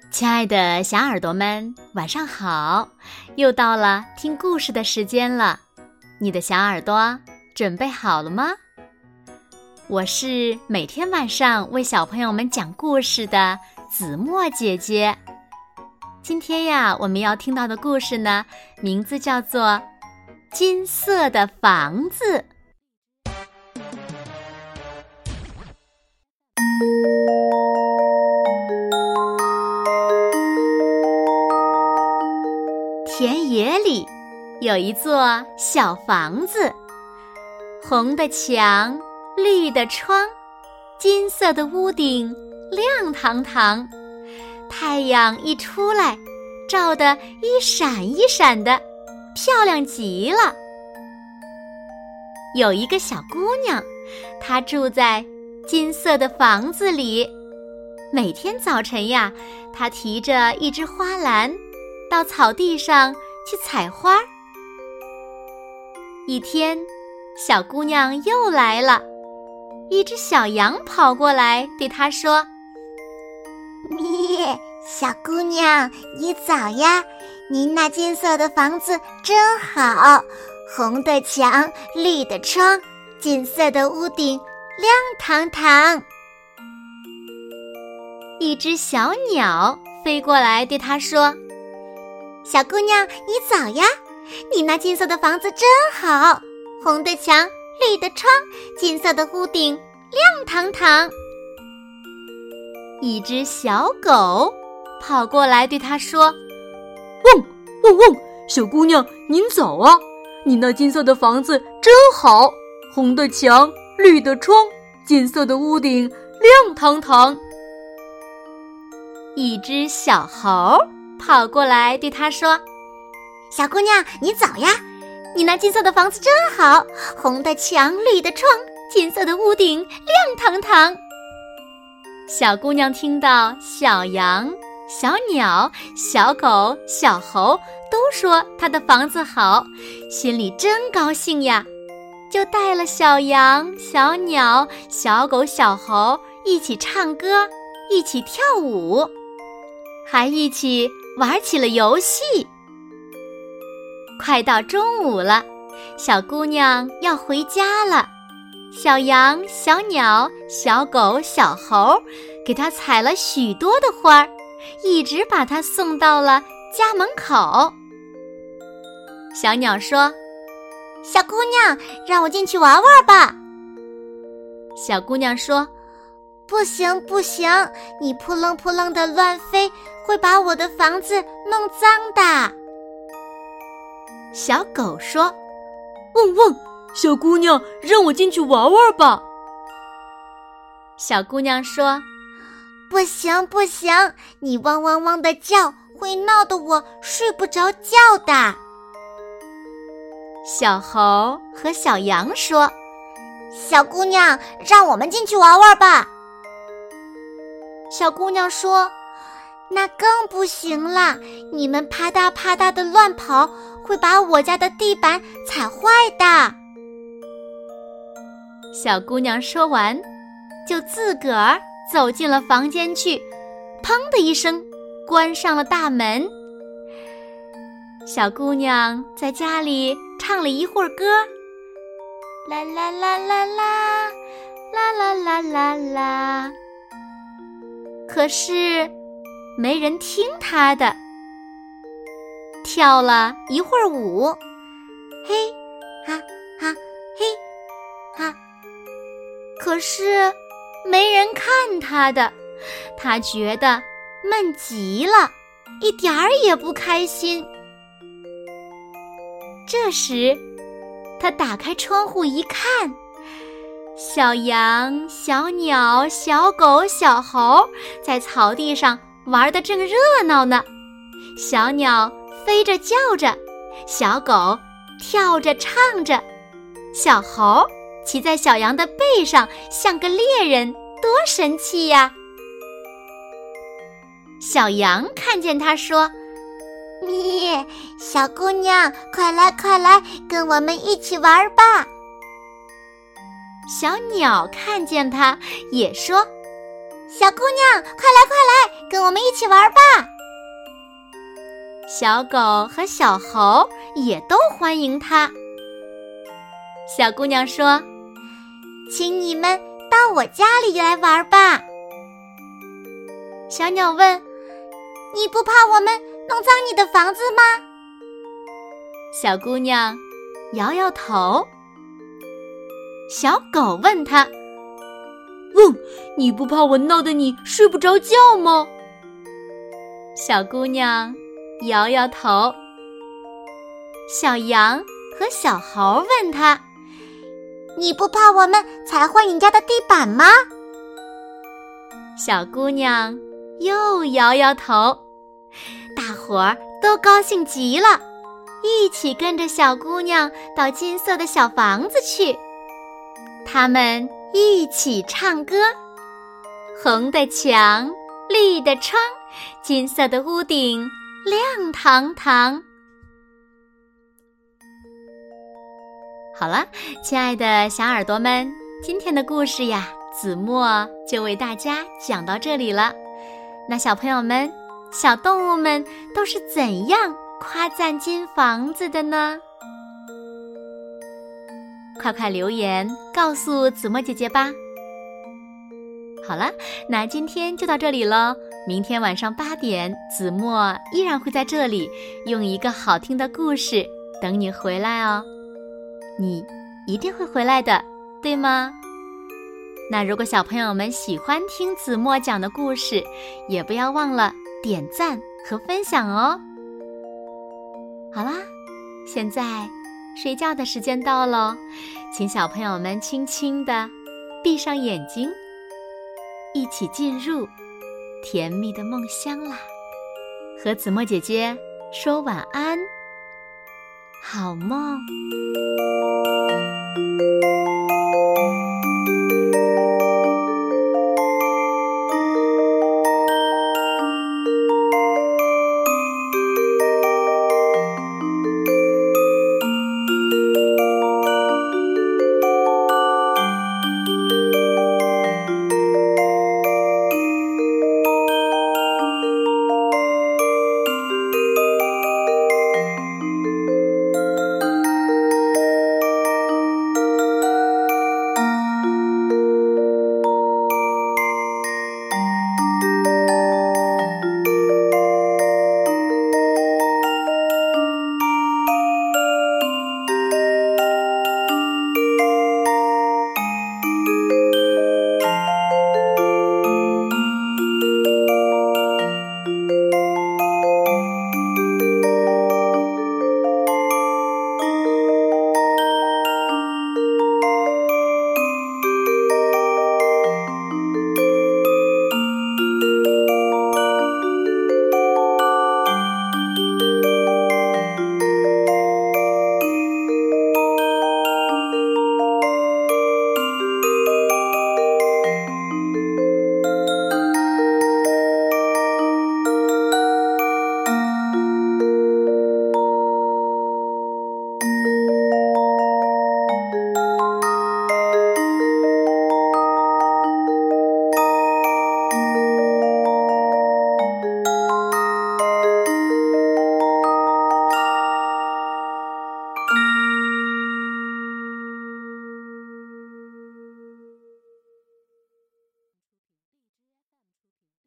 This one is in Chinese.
亲爱的小耳朵们，晚上好！又到了听故事的时间了，你的小耳朵准备好了吗？我是每天晚上为小朋友们讲故事的子墨姐姐。今天呀，我们要听到的故事呢，名字叫做《金色的房子》。田野里有一座小房子，红的墙，绿的窗，金色的屋顶，亮堂堂。太阳一出来，照得一闪一闪的，漂亮极了。有一个小姑娘，她住在金色的房子里。每天早晨呀，她提着一只花篮到草地上去采花。一天，小姑娘又来了，一只小羊跑过来对她说： 咩，小姑娘，你早呀！您那金色的房子真好，红的墙，绿的窗，金色的屋顶，亮堂堂。 一只小鸟飞过来对她说： 小姑娘，你早呀！你那金色的房子真好，红的墙，绿的窗，金色的屋顶，亮堂堂。 一只小狗跑过来对她说： 汪汪汪，小姑娘您早啊！你那金色的房子真好，红的墙，绿的窗，金色的屋顶，亮堂堂。 一只小猴跑过来对她说： 小姑娘你早呀！你那金色的房子真好，红的墙，绿的窗，金色的屋顶，亮堂堂。 小姑娘听到小羊、小鸟、小狗、小猴都说她的房子好，心里真高兴呀，就带了小羊、小鸟、小狗、小猴一起唱歌，一起跳舞，还一起玩起了游戏。快到中午了，小姑娘要回家了。小羊、小鸟、小狗、小猴给她采了许多的花儿，一直把她送到了家门口。小鸟说： 小姑娘，让我进去玩玩吧。 小姑娘说： 不行不行，你扑棱扑棱的乱飞，会把我的房子弄脏的。 小狗说： 汪汪，小姑娘，让我进去玩玩吧。 小姑娘说： 不行不行，你汪汪汪的叫，会闹得我睡不着觉的。 小猴和小羊说： 小姑娘，让我们进去玩玩吧。小姑娘说：那更不行了，你们啪嗒啪嗒的乱跑，会把我家的地板踩坏的。 小姑娘说完，就自个儿走进了房间去，砰的一声关上了大门。小姑娘在家里唱了一会儿歌， 啦啦啦啦啦，啦啦啦啦啦。 可是没人听她的，跳了一会儿舞， 嘿哈哈嘿哈。 可是没人看她的，她觉得闷极了，一点儿也不开心。这时她打开窗户一看，小羊、小鸟、小狗、小猴在草地上玩得正热闹呢。小鸟飞着叫着，小狗跳着唱着，小猴骑在小羊的背上，像个猎人，多神气呀！小羊看见它说： 咩，小姑娘，快来快来，跟我们一起玩吧。 小鸟看见它也说： 小姑娘，快来快来，跟我们一起玩吧！ 小狗和小猴也都欢迎她。小姑娘说：“ 请你们到我家里来玩吧。” 小鸟问：“ 你不怕我们弄脏你的房子吗？” 小姑娘摇摇头。小狗问她：“你不怕我闹得你睡不着觉吗？”小姑娘摇摇头。小羊和小猴问她：“ 你不怕我们踩坏你家的地板吗？” 小姑娘又摇摇头。大伙儿都高兴极了，一起跟着小姑娘到金色的小房子去。他们一起唱歌，红的墙，绿的窗，金色的屋顶，亮堂堂。好了，亲爱的小耳朵们，今天的故事呀，子墨就为大家讲到这里了。那小朋友们，小动物们都是怎样夸赞金房子的呢？快快留言告诉子墨姐姐吧。好了，那今天就到这里了。明天晚上8点，子墨依然会在这里用一个好听的故事等你回来哦。你一定会回来的，对吗？那如果小朋友们喜欢听子墨讲的故事，也不要忘了点赞和分享哦。好啦，现在睡觉的时间到了，请小朋友们轻轻地闭上眼睛，一起进入甜蜜的梦乡啦。和子墨姐姐说晚安，好梦。